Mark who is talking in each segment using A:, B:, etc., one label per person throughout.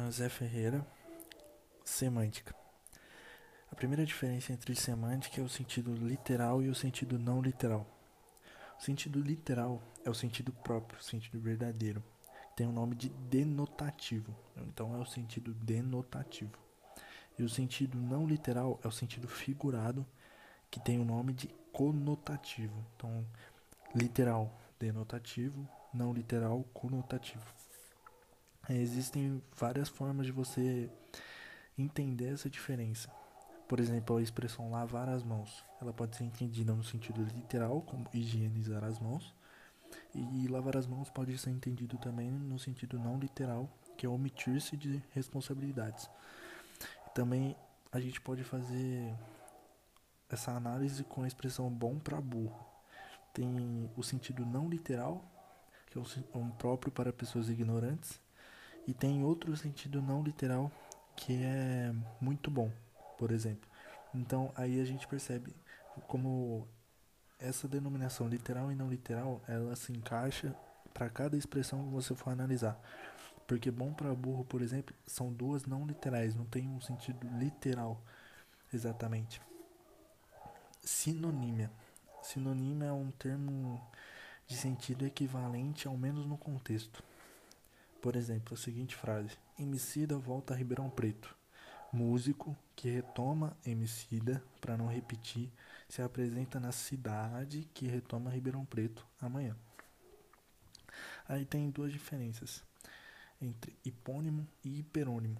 A: Zé Ferreira. Semântica. A primeira diferença entre semântica é o sentido literal e o sentido não literal. O sentido literal é o sentido próprio, o sentido verdadeiro. Tem o nome de denotativo, então é o sentido denotativo. E o sentido não literal é o sentido figurado, que tem o nome de conotativo. Então, literal, denotativo, não literal, conotativo. Existem várias formas de você entender essa diferença. Por exemplo, a expressão lavar as mãos. Ela pode ser entendida no sentido literal, como higienizar as mãos. E lavar as mãos pode ser entendido também no sentido não literal, que é omitir-se de responsabilidades. Também a gente pode fazer essa análise com a expressão bom para burro. Tem o sentido não literal, que é um próprio para pessoas ignorantes. E tem outro sentido não literal, que é muito bom, por exemplo. Então aí a gente percebe como essa denominação literal e não literal, ela se encaixa para cada expressão que você for analisar. Porque bom para burro, por exemplo, são duas não literais, não tem um sentido literal exatamente. Sinonímia. Sinonímia é um termo de sentido equivalente, ao menos no contexto. Por exemplo, a seguinte frase: Emicida volta a Ribeirão Preto. Músico que retoma Emicida, para não repetir, se apresenta na cidade que retoma Ribeirão Preto amanhã. Aí tem duas diferenças entre hipônimo e hiperônimo.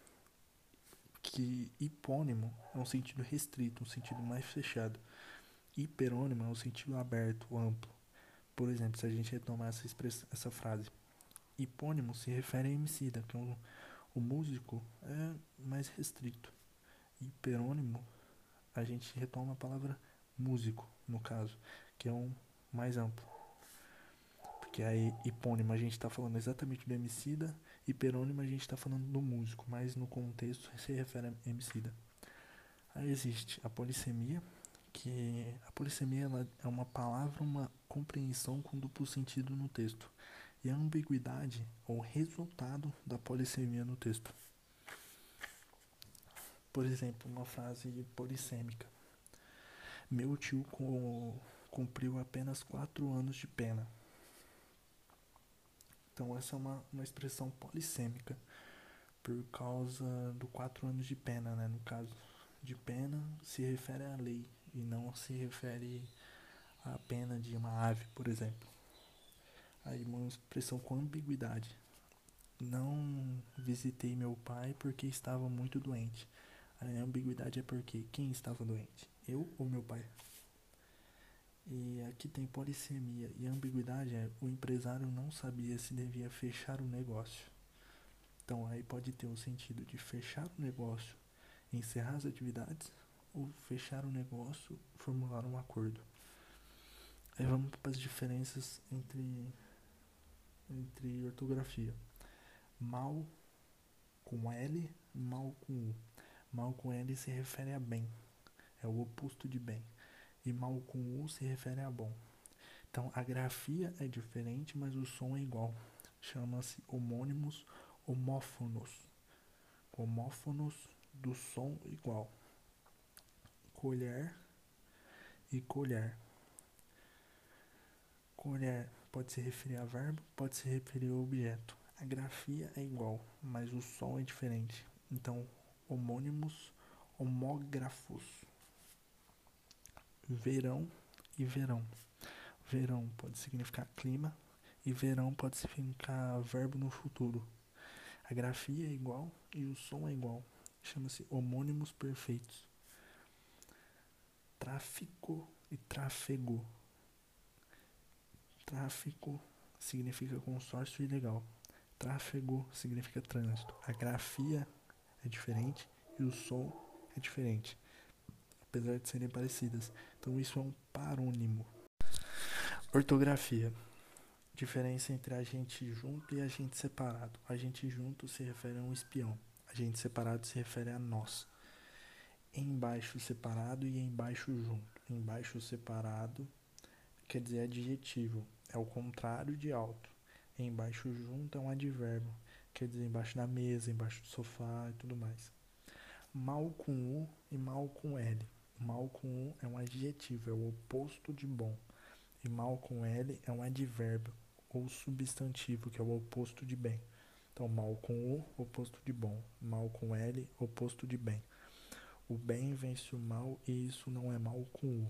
A: Que hipônimo é um sentido restrito, um sentido mais fechado. Hiperônimo é um sentido aberto, amplo. Por exemplo, se a gente retomar essa frase, hipônimo se refere a Emicida, que é o músico é mais restrito. Hiperônimo, a gente retoma a palavra músico, no caso, que é um mais amplo. Porque aí hipônimo a gente está falando exatamente do Emicida, hiperônimo a gente está falando do músico, mas no contexto se refere a Emicida. Aí existe a polissemia, que a polissemia ela é uma palavra, uma compreensão com duplo sentido no texto. E a ambiguidade é o resultado da polissemia no texto. Por exemplo, uma frase polissêmica. Meu tio cumpriu apenas 4 anos de pena. Então essa é uma expressão polissêmica por causa do 4 anos de pena, né? No caso de pena se refere à lei e não se refere à pena de uma ave, por exemplo. Aí uma expressão com ambiguidade. Não visitei meu pai porque estava muito doente. A ambiguidade é porque quem estava doente? Eu ou meu pai? E aqui tem polissemia. E a ambiguidade é o empresário não sabia se devia fechar o negócio. Então aí pode ter o sentido de fechar o negócio, encerrar as atividades, ou fechar o negócio, formular um acordo. Aí vamos para as diferenças entre ortografia. Mal com L, mal com U. Mal com L se refere a bem, é o oposto de bem. E mal com U se refere a bom. Então a grafia é diferente, mas o som é igual. Chama-se homônimos homófonos. Homófonos do som igual. Colher e colher. Colher pode se referir a verbo, pode se referir a objeto. A grafia é igual, mas o som é diferente. Então, homônimos homógrafos. Verão e verão. Verão pode significar clima e verão pode significar verbo no futuro. A grafia é igual e o som é igual. Chama-se homônimos perfeitos. Tráfico e tráfego. Tráfico significa consórcio ilegal. Tráfego significa trânsito. A grafia é diferente e o som é diferente, apesar de serem parecidas. Então isso é um parônimo. Ortografia. Diferença entre agente junto e agente separado. Agente junto se refere a um espião. Agente separado se refere a nós. Embaixo separado e embaixo junto. Embaixo separado quer dizer adjetivo. É o contrário de alto. Embaixo junto é um advérbio. quer dizer embaixo da mesa, embaixo do sofá e tudo mais. Mal com U e mal com L. Mal com U é um adjetivo, é o oposto de bom. E mal com L é um advérbio ou substantivo, que é o oposto de bem. Então, mal com U, oposto de bom. Mal com L, oposto de bem. O bem vence o mal e isso não é mal com U.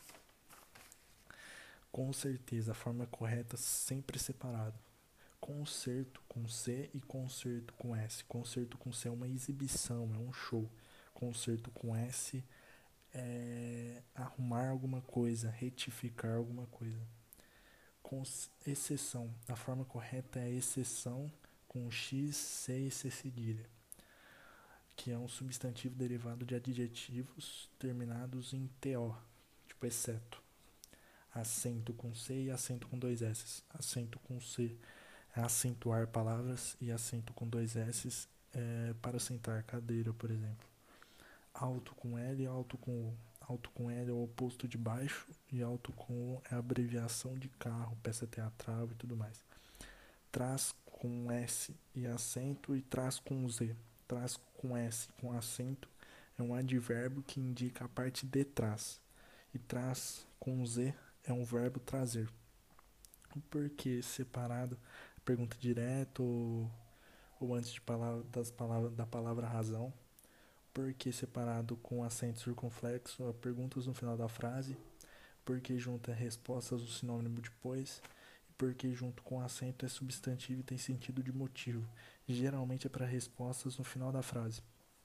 A: Com certeza, a forma correta sempre separado. Concerto com C e concerto com S. Concerto com C é uma exibição, é um show. Concerto com S é arrumar alguma coisa, retificar alguma coisa. Com exceção, a forma correta é exceção com X, C e C cedilha, que é um substantivo derivado de adjetivos terminados em TO, tipo exceto. Acento com C e acento com dois S. Acento com C é acentuar palavras e acento com dois S é para sentar, cadeira, por exemplo. Alto com L e alto com U. Alto com L é o oposto de baixo e alto com U é a abreviação de carro, peça teatral e tudo mais. Trás com S e acento e trás com Z. Trás com S com acento é um advérbio que indica a parte de trás. E trás com Z é um verbo trazer. Por que separado? Pergunta direta ou antes de da palavra razão. Por que separado com acento circunflexo? Perguntas no final da frase. Por que junta respostas no sinônimo depois? E por que junto com acento é substantivo e tem sentido de motivo? Geralmente é para respostas no final da frase.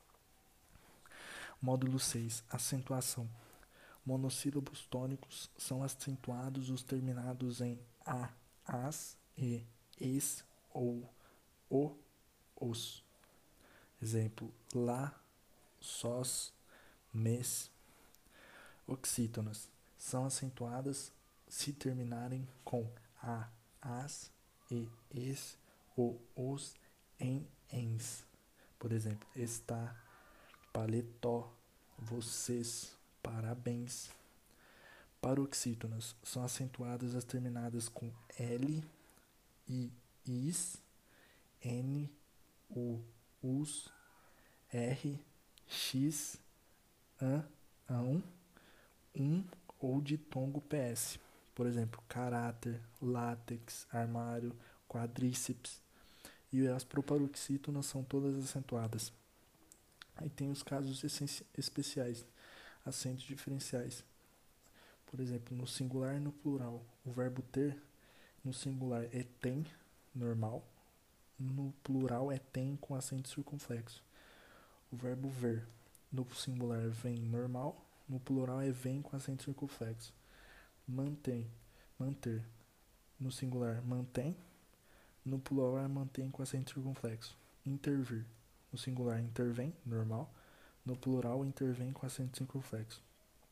A: Módulo 6. Acentuação. Monossílabos tônicos são acentuados os terminados em a, as, e, es ou o, os. Exemplo, lá, sós, mes. Oxítonas são acentuadas se terminarem com a, as, e, es ou os, em, ens. Por exemplo, está, paletó, vocês, parabéns. Paroxítonas são acentuadas as terminadas com L, I, is, N, U, us, R, X, ão, ou ditongo PS. Por exemplo, caráter, látex, armário, quadríceps. E as proparoxítonas são todas acentuadas. Aí tem os casos especiais, acentos diferenciais. Por exemplo, no singular e no plural. O verbo ter, no singular é tem, normal. No plural é tem com acento circunflexo. O verbo ver, no singular vem normal. No plural é vem com acento circunflexo. Mantém, manter. No singular, mantém. No plural é mantém com acento circunflexo. Intervir. No singular, intervém, normal. No plural, intervém com acento circunflexo.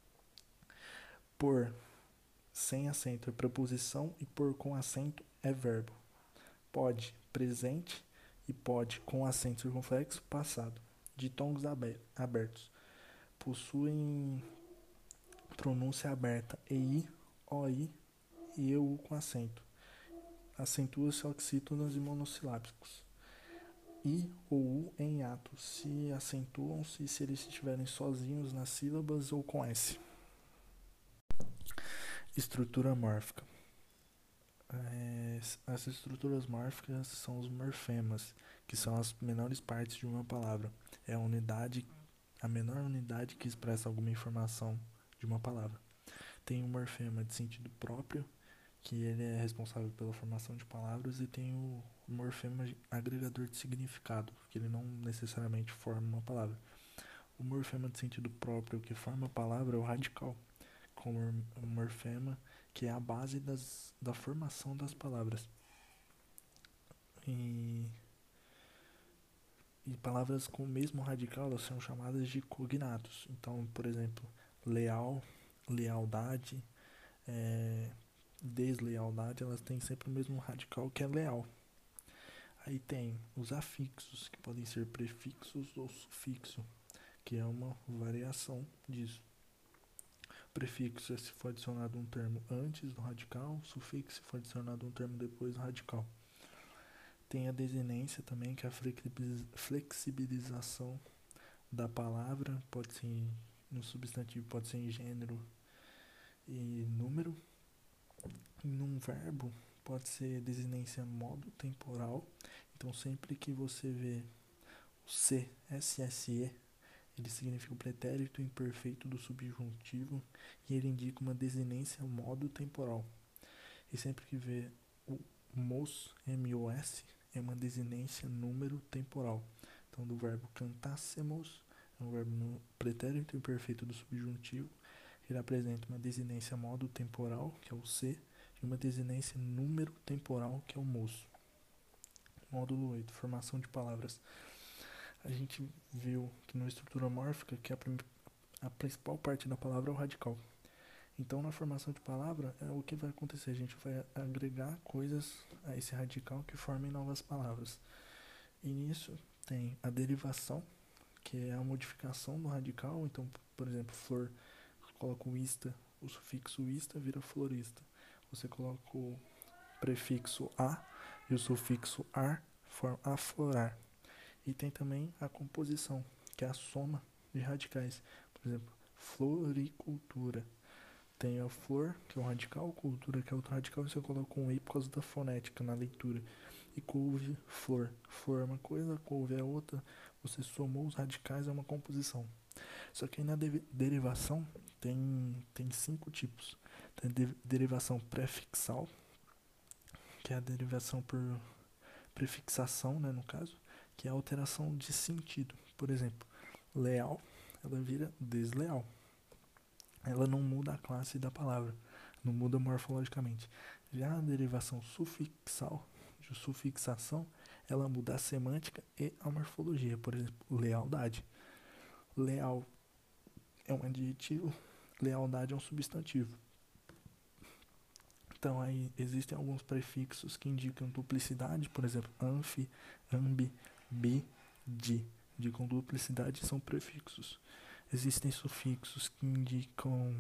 A: Por, sem acento, é preposição e por com acento é verbo. Pode, presente e pode com acento circunflexo, passado. Ditongos abertos. Possuem pronúncia aberta. EI, OI e EU com acento. Acentua-se oxítonas e monossilábicos. I ou U em hiato. Se acentuam-se se eles estiverem sozinhos nas sílabas ou com S. Estrutura mórfica. As estruturas mórficas são os morfemas, que são as menores partes de uma palavra. É a menor unidade que expressa alguma informação de uma palavra. Tem o morfema de sentido próprio, que ele é responsável pela formação de palavras, e tem o morfema agregador de significado, que ele não necessariamente forma uma palavra. O morfema de sentido próprio que forma a palavra é o radical, como o morfema que é a base da formação das palavras. E palavras com o mesmo radical elas são chamadas de cognatos. Então, por exemplo, leal, lealdade, deslealdade, elas têm sempre o mesmo radical, que é leal. Aí tem os afixos, que podem ser prefixos ou sufixo, que é uma variação disso. Prefixo é se for adicionado um termo antes do radical, sufixo se for adicionado um termo depois do radical. Tem a desinência também, que é a flexibilização da palavra, pode ser no substantivo, pode ser em gênero e número. Num verbo, pode ser desinência modo temporal. Então, sempre que você vê o SSE, ele significa o pretérito imperfeito do subjuntivo e ele indica uma desinência modo temporal. E sempre que vê o MOS, M-O-S, é uma desinência número temporal. Então, do verbo cantássemos, é um verbo no pretérito imperfeito do subjuntivo, ele apresenta uma desinência modo temporal, que é o C, e uma desinência número temporal, que é o MOS. Módulo 8, formação de palavras. A gente viu que na estrutura mórfica, que a principal parte da palavra é o radical. Então, na formação de palavra, é o que vai acontecer. A gente vai agregar coisas a esse radical que formem novas palavras. E nisso tem a derivação, que é a modificação do radical. Então, por exemplo, flor, coloca o ista, o sufixo ista vira florista. Você coloca o prefixo a e o sufixo ar, forma aflorar. E tem também a composição, que é a soma de radicais. Por exemplo, floricultura. Tem a flor, que é um radical, cultura, que é outro radical, e você coloca um i por causa da fonética na leitura. E couve, flor. Flor é uma coisa, couve é outra. Você somou os radicais, é uma composição. Só que aí na derivação tem 5 tipos. Tem a derivação prefixal, que é a derivação por prefixação, né, no caso, que é a alteração de sentido. Por exemplo, leal, ela vira desleal. Ela não muda a classe da palavra, não muda morfologicamente. Já a derivação sufixal, de sufixação, ela muda a semântica e a morfologia. Por exemplo, lealdade. Leal é um adjetivo, lealdade é um substantivo. Então aí existem alguns prefixos que indicam duplicidade, por exemplo, anfi, ambi, bi, di. Indicam duplicidade, são prefixos. Existem sufixos que indicam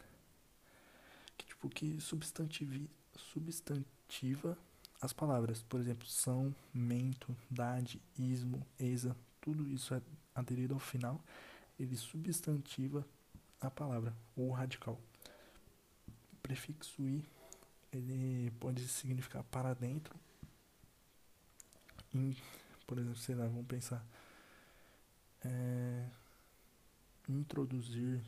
A: que substantiva as palavras. Por exemplo, são, mento, dade, ismo, exa, tudo isso é aderido ao final, ele substantiva a palavra, ou radical. O prefixo i, ele pode significar para dentro. Por exemplo, sei lá, vamos pensar, introduzir,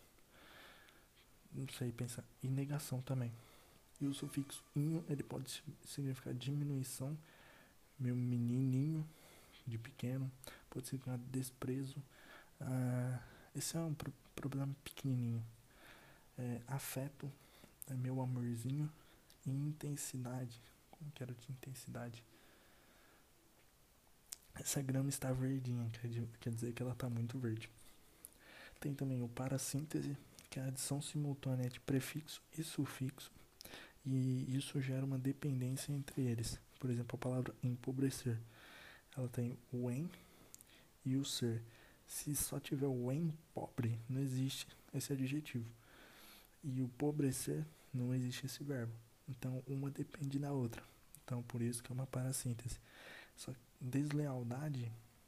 A: não sei, pensar em negação também. E o sufixo inho, ele pode significar diminuição, meu menininho, de pequeno, pode significar desprezo. Esse é um problema pequenininho. Afeto, é meu amorzinho. E intensidade, como que era de intensidade? Essa grama está verdinha, quer dizer que ela está muito verde. Tem também o parassíntese, que é a adição simultânea de prefixo e sufixo, e isso gera uma dependência entre eles. Por exemplo, a palavra empobrecer, ela tem o em e o ser. Se só tiver o em pobre, não existe esse adjetivo. E o pobrecer, não existe esse verbo. Então, uma depende da outra. Então, por isso que é uma parassíntese. Só que deslealdade,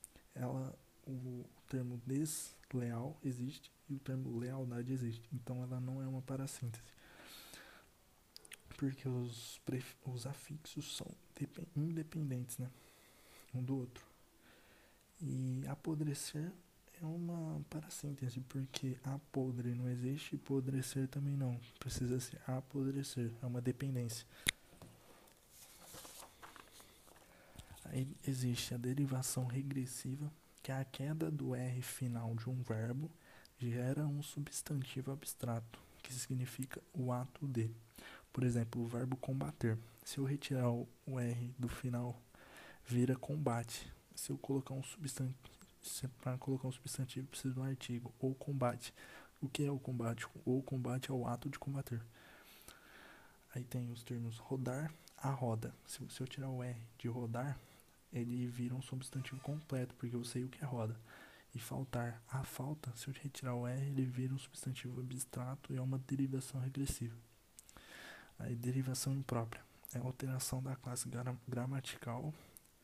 A: o termo desleal existe e o termo lealdade existe. Então, ela não é uma parassíntese. Porque os afixos são independentes, né? Um do outro. E apodrecer é uma parassíntese, porque apodre não existe e podrecer também não. Precisa ser apodrecer, é uma dependência. Aí existe a derivação regressiva, que é a queda do R final de um verbo gera um substantivo abstrato, que significa o ato de. Por exemplo, o verbo combater. Se eu retirar o R do final, vira combate. Se eu colocar um substantivo, para colocar um substantivo, precisa de um artigo, ou combate. O que é o combate? O combate é o ato de combater. Aí tem os termos rodar, a roda. Se eu tirar o R de rodar, ele vira um substantivo completo, porque eu sei o que é roda. E faltar, a falta, se eu retirar o R, ele vira um substantivo abstrato e é uma derivação regressiva. Aí, derivação imprópria é a alteração da classe gramatical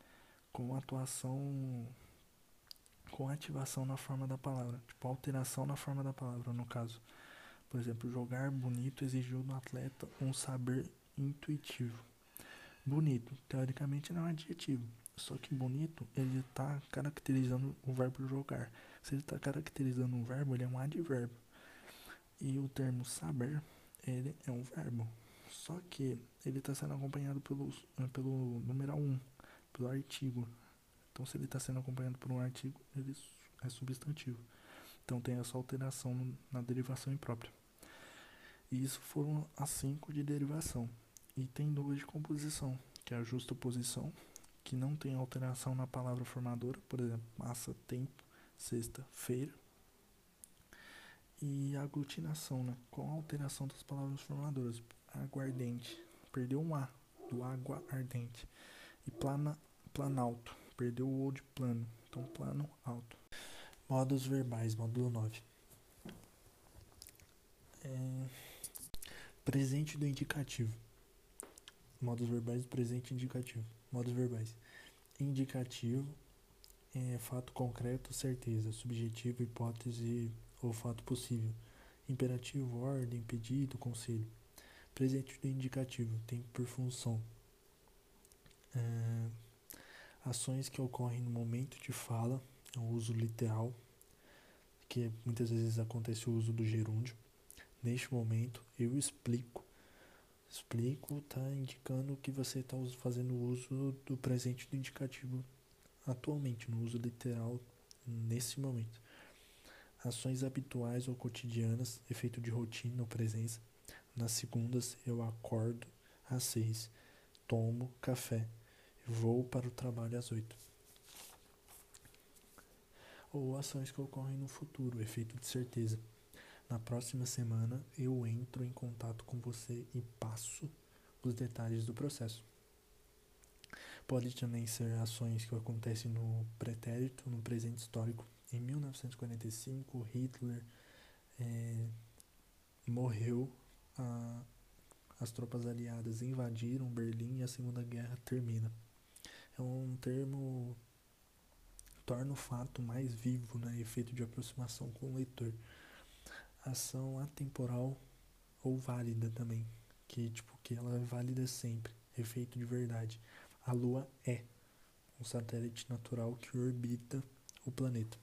A: com atuação, com ativação na forma da palavra, tipo alteração na forma da palavra, no caso. Por exemplo, jogar bonito exigiu do atleta um saber intuitivo. Bonito, teoricamente não é um adjetivo, só que bonito, ele está caracterizando o verbo jogar. Se ele está caracterizando um verbo, ele é um advérbio. E o termo saber, ele é um verbo. Só que ele está sendo acompanhado pelo numeral 1, pelo artigo. Então, se ele está sendo acompanhado por um artigo, ele é substantivo. Então, tem essa alteração na derivação imprópria. E isso foram as 5 de derivação. E tem 2 de composição, que é a justaposição, que não tem alteração na palavra formadora, por exemplo, massa, tempo, sexta-feira. E a aglutinação, né, com a alteração das palavras formadoras. Aguardente, perdeu um A, do água ardente. E planalto, perdeu o O de plano, então plano alto. Modos verbais, módulo 9. Presente do indicativo. Modos verbais do presente indicativo. Modos verbais. Indicativo é fato concreto, certeza. Subjetivo, hipótese ou fato possível. Imperativo, ordem, pedido, conselho. Presente do indicativo, tempo por função. Ações que ocorrem no momento de fala, é o uso literal, que muitas vezes acontece o uso do gerúndio. Neste momento, eu explico. Explico está indicando que você está fazendo uso do presente do indicativo atualmente, no uso literal, nesse momento. Ações habituais ou cotidianas, efeito de rotina ou presença. Nas segundas, eu acordo às 6, tomo café, vou para o trabalho às 8. Ou ações que ocorrem no futuro, efeito de certeza. Na próxima semana, eu entro em contato com você e passo os detalhes do processo. Pode também ser ações que acontecem no pretérito, no presente histórico. Em 1945, Hitler morreu, as tropas aliadas invadiram Berlim e a Segunda Guerra termina. É um termo que torna o fato mais vivo, né? Efeito de aproximação com o leitor. Ação atemporal ou válida também, que ela é válida sempre, efeito de verdade. A Lua é um satélite natural que orbita o planeta.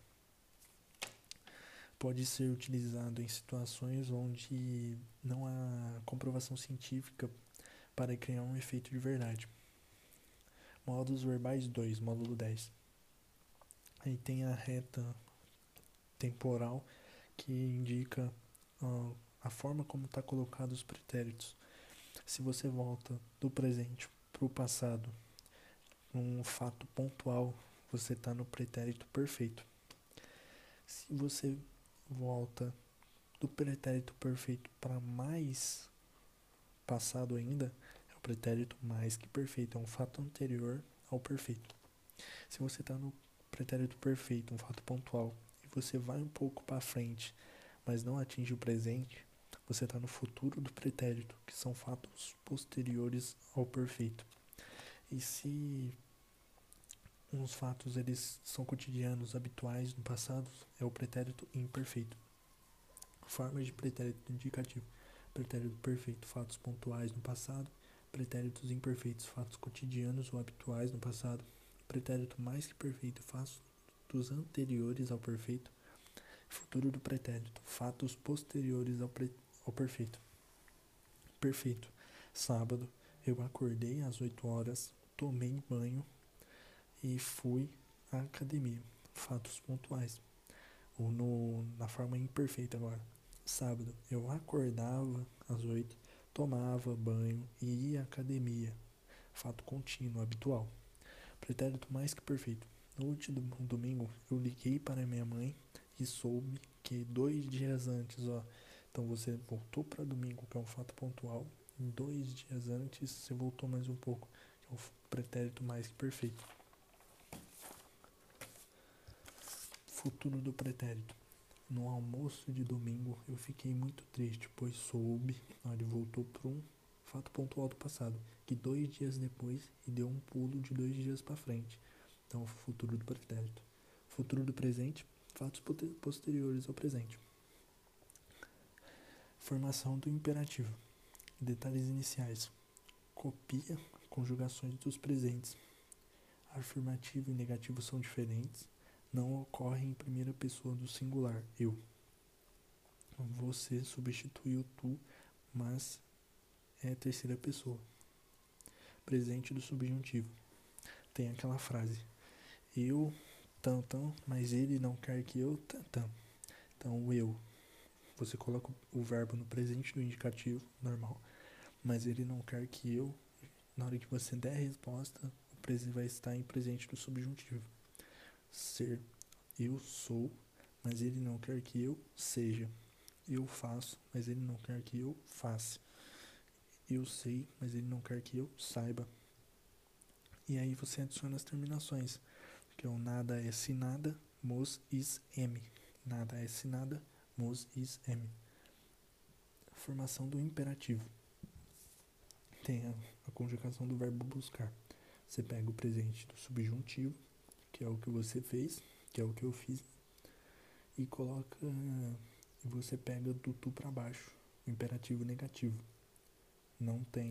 A: Pode ser utilizado em situações onde não há comprovação científica para criar um efeito de verdade. Modos verbais 2, módulo 10. Aí tem a reta temporal, que indica a forma como está colocado os pretéritos. Se você volta do presente para o passado, um fato pontual, você está no pretérito perfeito. Se você volta do pretérito perfeito para mais passado ainda, é o pretérito mais que perfeito, é um fato anterior ao perfeito. Se você está no pretérito perfeito, um fato pontual, e você vai um pouco para frente, mas não atinge o presente, você está no futuro do pretérito, que são fatos posteriores ao perfeito. E se uns fatos eles são cotidianos, habituais no passado, é o pretérito imperfeito. Formas de pretérito indicativo: pretérito perfeito, fatos pontuais no passado; pretéritos imperfeitos, fatos cotidianos ou habituais no passado; pretérito mais que perfeito, fatos anteriores ao perfeito; futuro do pretérito, fatos posteriores ao perfeito. Perfeito: sábado, eu acordei às 8 horas, tomei banho e fui à academia. Fatos pontuais. Ou na forma imperfeita agora. Sábado, eu acordava às 8, tomava banho e ia à academia. Fato contínuo, habitual. Pretérito mais que perfeito. No último domingo, eu liguei para minha mãe e soube que 2 dias antes, então você voltou para domingo, que é um fato pontual. 2 dias antes, você voltou mais um pouco, que é o pretérito mais que perfeito. Futuro do pretérito. No almoço de domingo, eu fiquei muito triste, pois soube, ele voltou para um fato pontual do passado, que 2 dias depois, e deu um pulo de 2 dias para frente. Então, futuro do pretérito. Futuro do presente, fatos posteriores ao presente. Formação do imperativo. Detalhes iniciais. Copia conjugações dos presentes. Afirmativo e negativo são diferentes. Não ocorre em primeira pessoa do singular, eu. Você substitui o tu, mas é terceira pessoa. Presente do subjuntivo. Tem aquela frase: eu, tam, mas ele não quer que eu, tam. Então, o eu. Você coloca o verbo no presente do indicativo, normal. Mas ele não quer que eu. Na hora que você der a resposta, o presente vai estar em presente do subjuntivo. Ser. Eu sou, mas ele não quer que eu seja. Eu faço, mas ele não quer que eu faça. Eu sei, mas ele não quer que eu saiba. E aí você adiciona as terminações, que é o nada é se nada, mos is m. Nada é se nada, mos is m. Formação do imperativo. Tem a conjugação do verbo buscar. Você pega o presente do subjuntivo, que é o que você fez, que é o que eu fiz, e coloca, e você pega do tu para baixo, o imperativo negativo. Não tem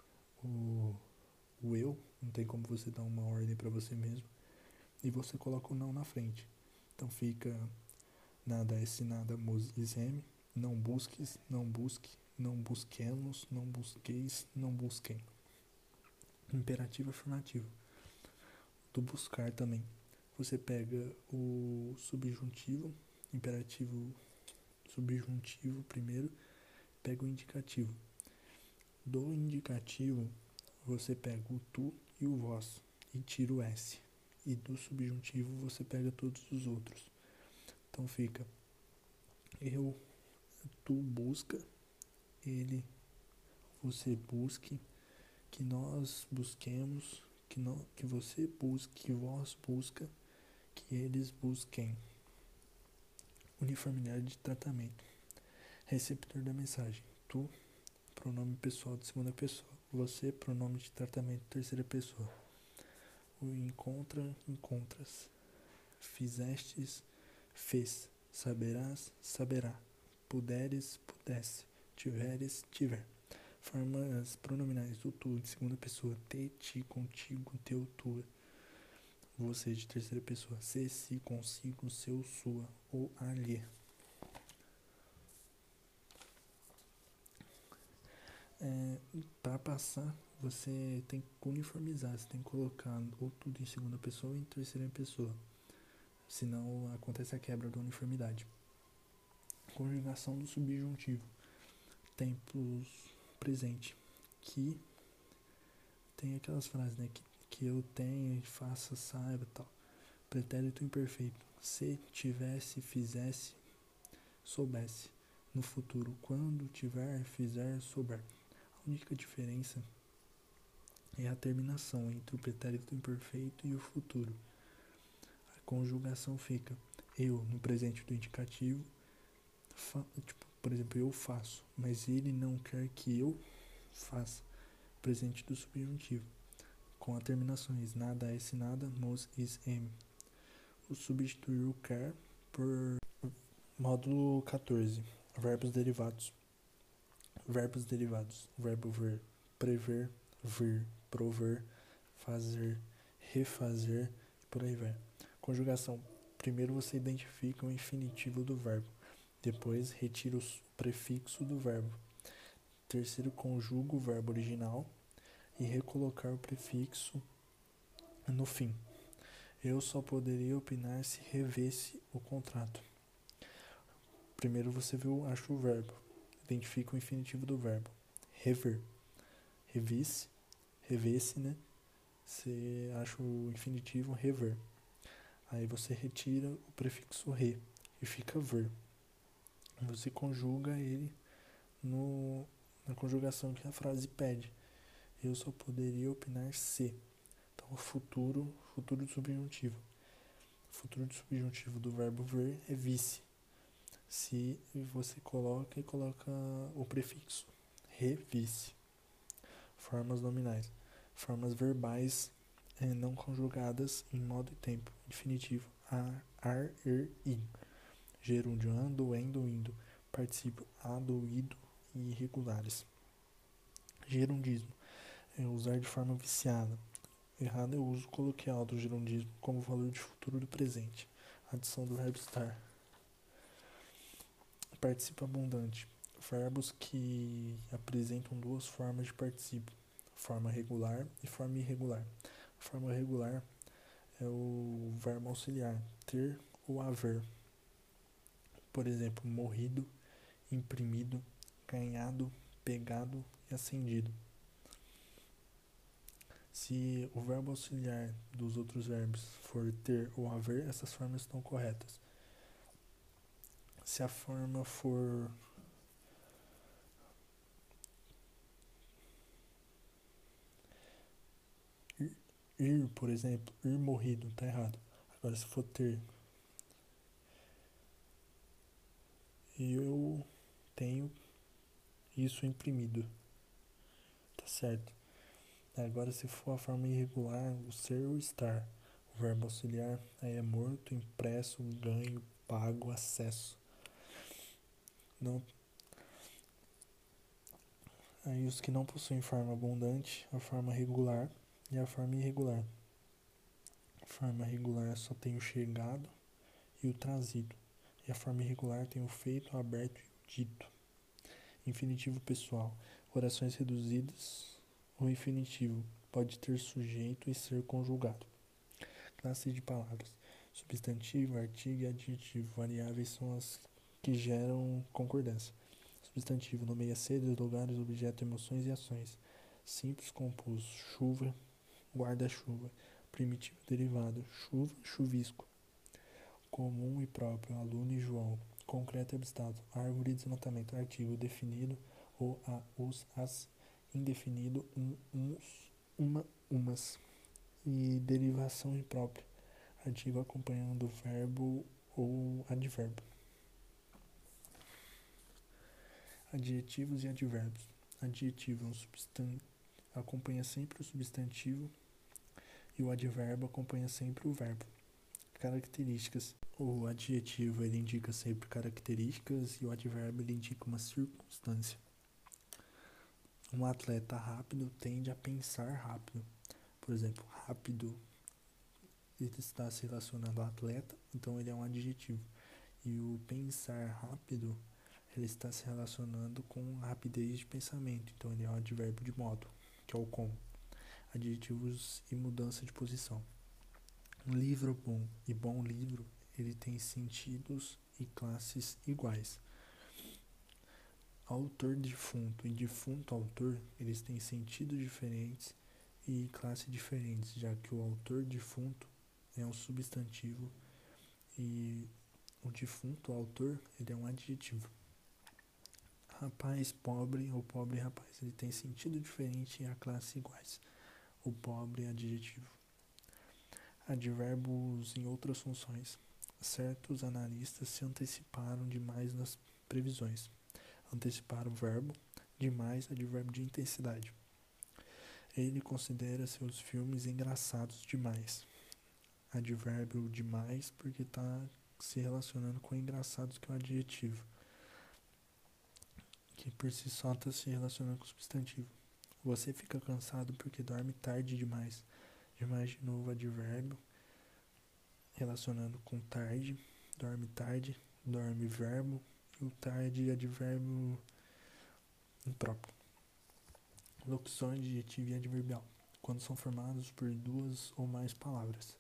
A: o eu, não tem como você dar uma ordem para você mesmo, e você coloca o não na frente. Então fica nada é se nada, mos is m, não busques, não busque, não busquemos, não busqueis, não busquem. Imperativo afirmativo. Do buscar também. Você pega o subjuntivo, imperativo subjuntivo primeiro, pega o indicativo. Do indicativo, você pega o tu e o vós e tira o s. E do subjuntivo você pega todos os outros. Então fica eu, tu busca, ele, você busque, que nós busquemos, que você busque, que vós busca, que eles busquem. Uniformidade de tratamento. Receptor da mensagem. Tu, pronome pessoal de segunda pessoa. Você, pronome de tratamento de terceira pessoa. O encontra, encontras. Fizestes, fez. Saberás, saberá. Puderes, pudesse. Tiveres, tiver. Formas pronominais do tu de segunda pessoa. Te, ti, contigo, teu, tua. Você de terceira pessoa. Se, si, consigo, seu, sua. Ou alhe. Para passar, você tem que uniformizar. Você tem que colocar ou tudo em segunda pessoa ou em terceira pessoa. Senão acontece a quebra da uniformidade. Conjugação do subjuntivo. Tempos presente. Que tem aquelas frases, né? Que eu tenho, faça, saiba e tal. Pretérito imperfeito. Se, tivesse, fizesse, soubesse. No futuro, quando tiver, fizer, souber. A única diferença é a terminação entre o pretérito imperfeito e o futuro. A conjugação fica eu no presente do indicativo, por exemplo, eu faço, mas ele não quer que eu faça. Presente do subjuntivo, com as terminações nada, s, nada, mos, is, m. O substituir o quer por módulo 14. Verbos derivados. Verbos derivados. Verbo ver, prever, vir, prover, fazer, refazer e por aí vai. Conjugação. Primeiro você identifica o infinitivo do verbo. Depois retira o prefixo do verbo. Terceiro, conjuga o verbo original e recolocar o prefixo no fim. Eu só poderia opinar se revesse o contrato. Primeiro você acha o verbo. Identifica o infinitivo do verbo. Rever. Revisse, revesse, né? Você acha o infinitivo rever. Aí você retira o prefixo re e fica ver. Você conjuga ele na conjugação que a frase pede. Eu só poderia opinar se. Então, o futuro do subjuntivo. O futuro do subjuntivo do verbo ver é vice. Se você coloca o prefixo re, vice. Formas nominais. Formas verbais não conjugadas em modo e tempo. Infinitivo, ar, i. Gerúndio, ando, endo, indo. Particípio, ado, ido e irregulares. Gerundismo, usar de forma viciada. Errado é o uso coloquial do gerundismo como valor de futuro do presente. Adição do verbo estar. Particípio abundante. Verbos que apresentam duas formas de particípio. Forma regular e forma irregular. A forma regular é o verbo auxiliar, ter ou haver. Por exemplo, morrido, imprimido, ganhado, pegado e acendido. Se o verbo auxiliar dos outros verbos for ter ou haver, essas formas estão corretas. Se a forma for ir, por exemplo, ir morrido, tá errado. Agora, se for ter, eu tenho isso imprimido, tá certo. Agora, se for a forma irregular, o ser ou estar, o verbo auxiliar aí é morto, impresso, ganho, pago, acesso. Não. Aí os que não possuem forma abundante, a forma regular e a forma irregular. A forma regular só tem o chegado e o trazido. E a forma irregular tem o feito, o aberto e o dito. Infinitivo pessoal. Orações reduzidas. O infinitivo pode ter sujeito e ser conjugado. Classe de palavras. Substantivo, artigo e adjetivo. Variáveis são as que geram concordância. Substantivo nomeia seres, lugares, objetos, emoções e ações. Simples composto. Chuva, guarda-chuva. Primitivo derivado. Chuva, chuvisco. Comum e próprio. Aluno e João. Concreto e abstrato. Árvore e desmatamento. Artigo definido ou a, os, as. Indefinido, uns, uma, umas. E derivação imprópria. Artigo acompanhando o verbo ou advérbio. Adjetivos e advérbios. Adjetivo é um substantivo, acompanha sempre o substantivo e o advérbio acompanha sempre o verbo. Características. O adjetivo ele indica sempre características e o advérbio ele indica uma circunstância. Um atleta rápido tende a pensar rápido. Por exemplo, rápido ele está se relacionando ao atleta, então ele é um adjetivo. E o pensar rápido ele está se relacionando com a rapidez de pensamento, então ele é um advérbio de modo, que é o como. Adjetivos e mudança de posição. Um livro bom e bom livro, ele tem sentidos e classes iguais. Autor defunto e defunto autor, eles têm sentidos diferentes e classes diferentes, já que o autor defunto é um substantivo e o defunto autor, ele é um adjetivo. Rapaz, pobre ou pobre rapaz, ele tem sentido diferente e a classe iguais. O pobre é adjetivo. Advérbios em outras funções. Certos analistas se anteciparam demais nas previsões. Anteciparam o verbo, demais advérbio de intensidade. Ele considera seus filmes engraçados demais. Advérbio demais porque está se relacionando com engraçados, que é o adjetivo, que por si só está se relacionando com o substantivo. Você fica cansado porque dorme tarde demais. Demais de novo advérbio, relacionando com tarde, dorme verbo, e o tarde advérbio impróprio. Locuções adjetivo e adverbial, quando são formados por duas ou mais palavras.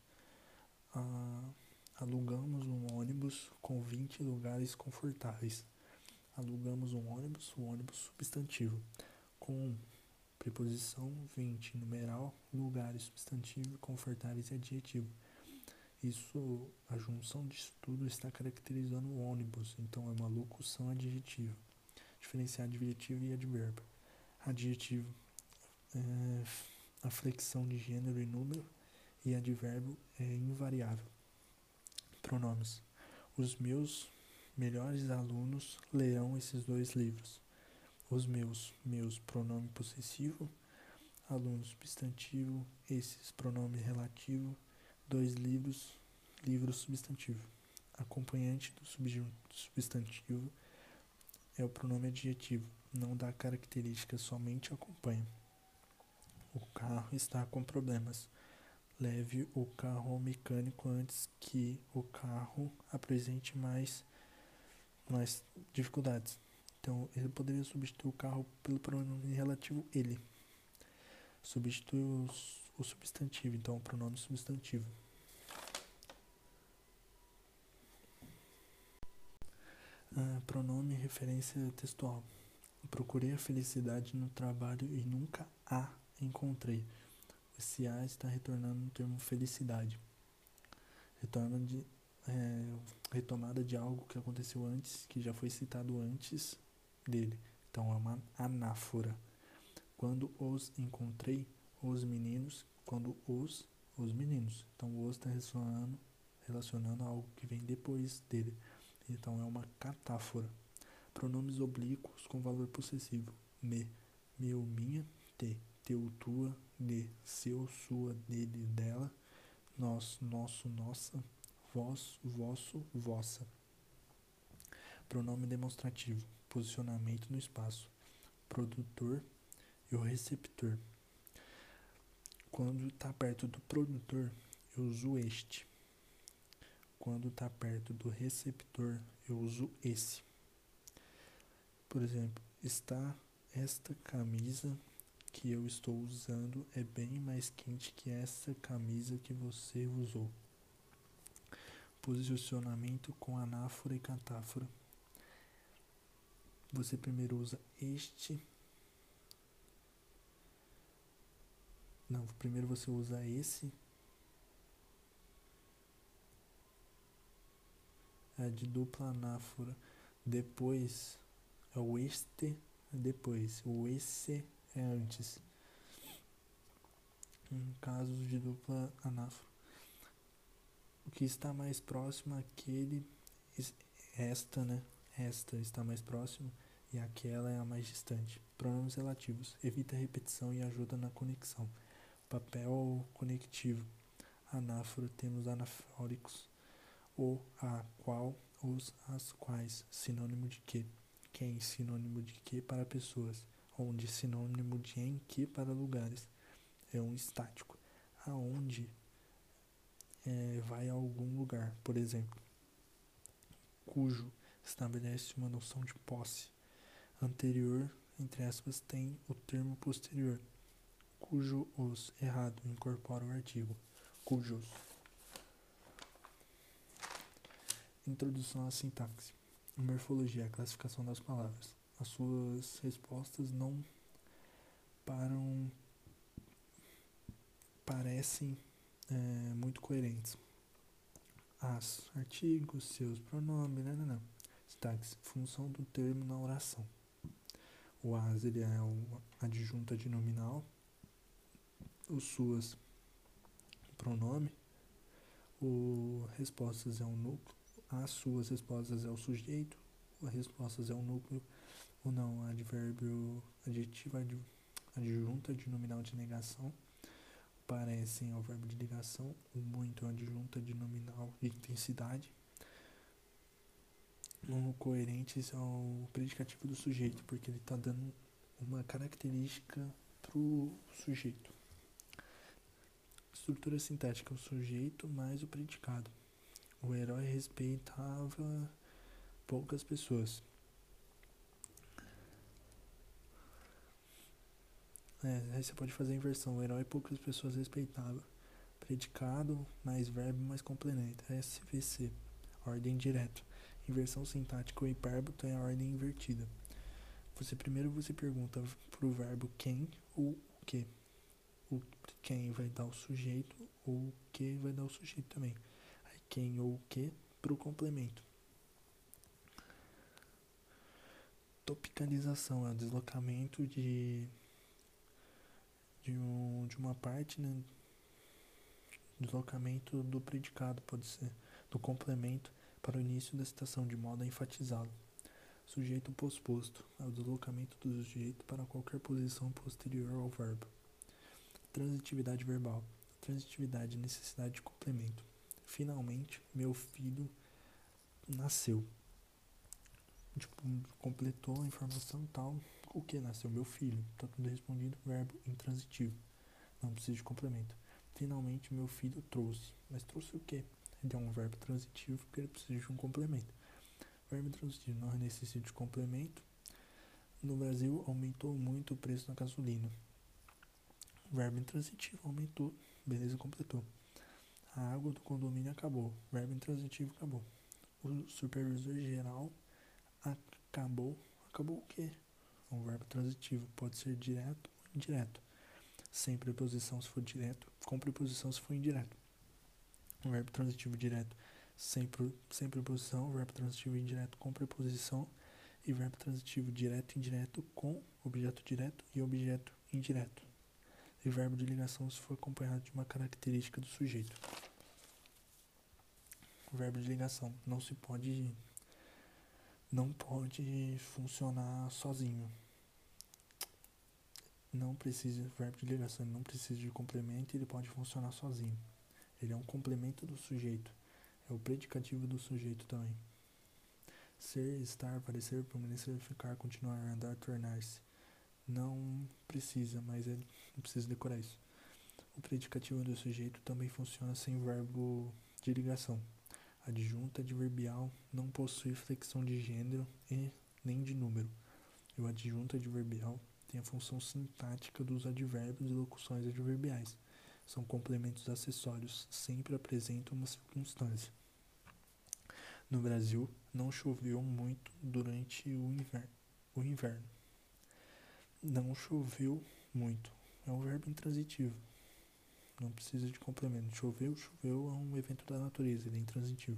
A: Alugamos um ônibus com 20 lugares confortáveis. Alugamos um ônibus, o ônibus substantivo, com preposição 20, numeral, lugares, substantivo, confortáveis e adjetivo. Isso, a junção disso tudo está caracterizando o ônibus, então é uma locução adjetiva. Diferenciar adjetivo e advérbio. Adjetivo é a flexão de gênero e número e advérbio é invariável. Pronomes. Os meus melhores alunos lerão esses dois livros. Os meus, pronome possessivo. aluno substantivo, esses pronome relativo, 2 livros, livro substantivo. Acompanhante do substantivo é o pronome adjetivo, não dá características, somente acompanha. O carro está com problemas. Leve o carro ao mecânico antes que o carro apresente mais dificuldades. Então, ele poderia substituir o carro pelo pronome relativo ele. Substitui o substantivo, então o pronome substantivo. Pronome referência textual. Procurei a felicidade no trabalho e nunca a encontrei. Esse a está retornando no termo felicidade. Retomada de algo que aconteceu antes, que já foi citado antes dele. Então é uma anáfora. Quando os encontrei, os meninos, quando os meninos. Então o os está relacionando a algo que vem depois dele. Então é uma catáfora. Pronomes oblíquos com valor possessivo. Me, meu, minha, te, teu, tua, de, seu, sua, dele, dela, nós, nosso, nossa, vós, vosso, vossa. Pronome demonstrativo. Posicionamento no espaço. Produtor e o receptor. Quando está perto do produtor, eu uso este. Quando está perto do receptor, eu uso esse. Por exemplo, esta camisa que eu estou usando é bem mais quente que essa camisa que você usou. Posicionamento com anáfora e catáfora. Você primeiro usa este. Não, primeiro você usa esse. É de dupla anáfora. Depois é o este, depois. O esse é antes. Em casos de dupla anáfora. O que está mais próximo àquele, esta, né? Esta está mais próximo e aquela é a mais distante. Pronomes relativos. Evita a repetição e ajuda na conexão. Papel conectivo. Anáfora, temos anafóricos. O, a, qual, os, as, quais. Sinônimo de que. Quem, sinônimo de que para pessoas. Onde, sinônimo de em que para lugares. É um estático. Aonde vai a algum lugar, por exemplo. Cujo estabelece uma noção de posse. Anterior, entre aspas, tem o termo posterior. Cujo os, errado, incorpora o artigo. Cujos. Introdução à sintaxe. Morfologia, a classificação das palavras. As suas respostas não parecem muito coerentes. As, artigos, seus pronomes, não. Sintaxe, função do termo na oração. O as, ele é uma adjunta de nominal. O suas, pronome. O respostas é um núcleo. As suas respostas é o sujeito. O respostas é um núcleo. O não, advérbio adjetivo, adjunta de nominal de negação. Parecem ao verbo de ligação. O muito é adjunta de nominal de intensidade. O coerentes é o predicativo do sujeito, porque ele está dando uma característica para o sujeito. Estrutura sintática, o sujeito mais o predicado. O herói respeitava poucas pessoas. Aí você pode fazer a inversão. O herói poucas pessoas respeitava. Predicado mais verbo mais complemento. SVC. Ordem direta. Inversão sintática ou hipérbito é a ordem invertida. Primeiro você pergunta pro verbo quem ou o que. O quem vai dar o sujeito ou o que vai dar o sujeito também. Aí quem ou o que pro complemento. Topicalização é o deslocamento de uma parte, né? Deslocamento do predicado, pode ser, do complemento para o início da citação, de modo a enfatizá-lo. Sujeito posposto é o deslocamento do sujeito para qualquer posição posterior ao verbo. Transitividade verbal. Transitividade, necessidade de complemento. Finalmente, meu filho nasceu. Tipo, completou a informação e tal. O que nasceu? Meu filho. Tá tudo respondido, verbo intransitivo. Não precisa de complemento. Finalmente, meu filho trouxe. Mas trouxe o quê? Ele é um verbo transitivo porque ele precisa de um complemento. Verbo transitivo não necessita de complemento. No Brasil, aumentou muito o preço da gasolina. Verbo intransitivo aumentou. Beleza, completou. A água do condomínio acabou. Verbo intransitivo acabou. O supervisor geral acabou. Acabou o quê? É um verbo transitivo. Pode ser direto ou indireto. Sem preposição se for direto. Com preposição se for indireto. Um verbo transitivo direto sem preposição. Verbo transitivo indireto com preposição. E verbo transitivo direto e indireto com objeto direto e objeto indireto. E verbo de ligação se for acompanhado de uma característica do sujeito. O verbo de ligação não pode funcionar sozinho. Não precisa, verbo de ligação não precisa de complemento, ele pode funcionar sozinho. Ele é um complemento do sujeito. É o predicativo do sujeito também. Ser, estar, parecer, permanecer, ficar, continuar, andar, tornar-se. Não precisa, mas não precisa decorar isso. O predicativo do sujeito também funciona sem verbo de ligação. Adjunto adverbial não possui flexão de gênero e nem de número. E o adjunto adverbial tem a função sintática dos advérbios e locuções adverbiais. São complementos acessórios, sempre apresentam uma circunstância. No Brasil, não choveu muito durante o inverno. Não choveu muito. É um verbo intransitivo. Não precisa de complemento. Choveu é um evento da natureza, ele é intransitivo.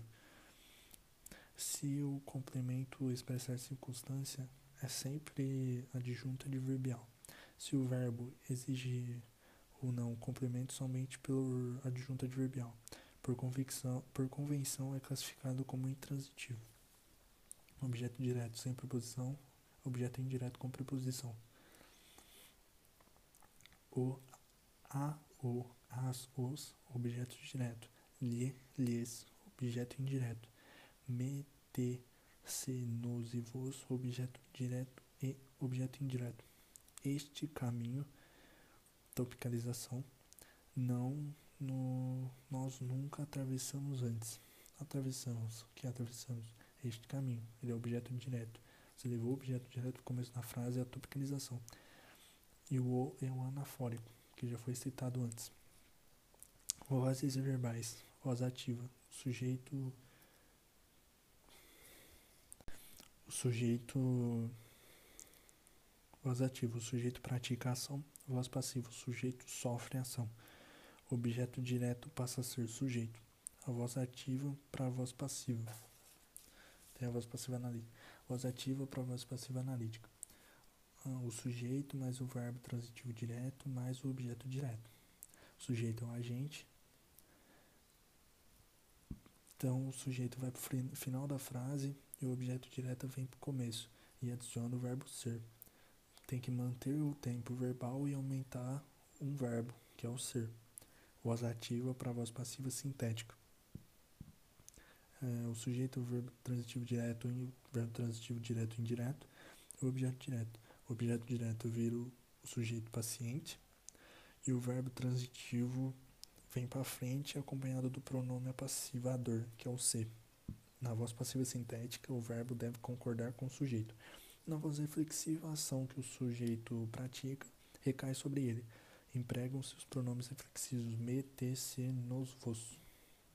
A: Se o complemento expressar circunstância, é sempre adjunto adverbial. Se o verbo exigir ou não complemento, somente pelo adjunto adverbial. Por convenção é classificado como intransitivo. Objeto direto sem preposição, objeto indireto com preposição. O, a, o, as, os, objeto direto. Lhe, lhes, objeto indireto. Me, te, se, nos e vos, objeto direto e objeto indireto. Este caminho, tropicalização, nós nunca atravessamos antes. Atravessamos, o que atravessamos? Este caminho, ele é objeto direto. Você levou o objeto direto no começo da frase, é a tropicalização. E o é o anafórico, que já foi citado antes. Vozes e verbais, voz ativa, o sujeito voz ativa, o sujeito pratica a ação. Voz passiva, o sujeito sofre a ação. Objeto direto passa a ser sujeito. A voz ativa para a voz passiva. Tem a voz passiva analítica. Voz ativa para a voz passiva analítica. O sujeito mais o verbo transitivo direto mais o objeto direto. O sujeito é um agente. Então o sujeito vai para o final da frase e o objeto direto vem para o começo e adiciona o verbo ser. Tem que manter o tempo verbal e aumentar um verbo, que é o ser. Voz ativa para voz passiva sintética. O sujeito, o verbo transitivo direto e o verbo transitivo direto e indireto. E o objeto direto. O objeto direto vira o sujeito paciente. E o verbo transitivo vem para frente acompanhado do pronome passivador, que é o ser. Na voz passiva sintética, o verbo deve concordar com o sujeito. Na voz reflexiva, a ação que o sujeito pratica recai sobre ele. Empregam-se os pronomes reflexivos me, te, se, nos, vos.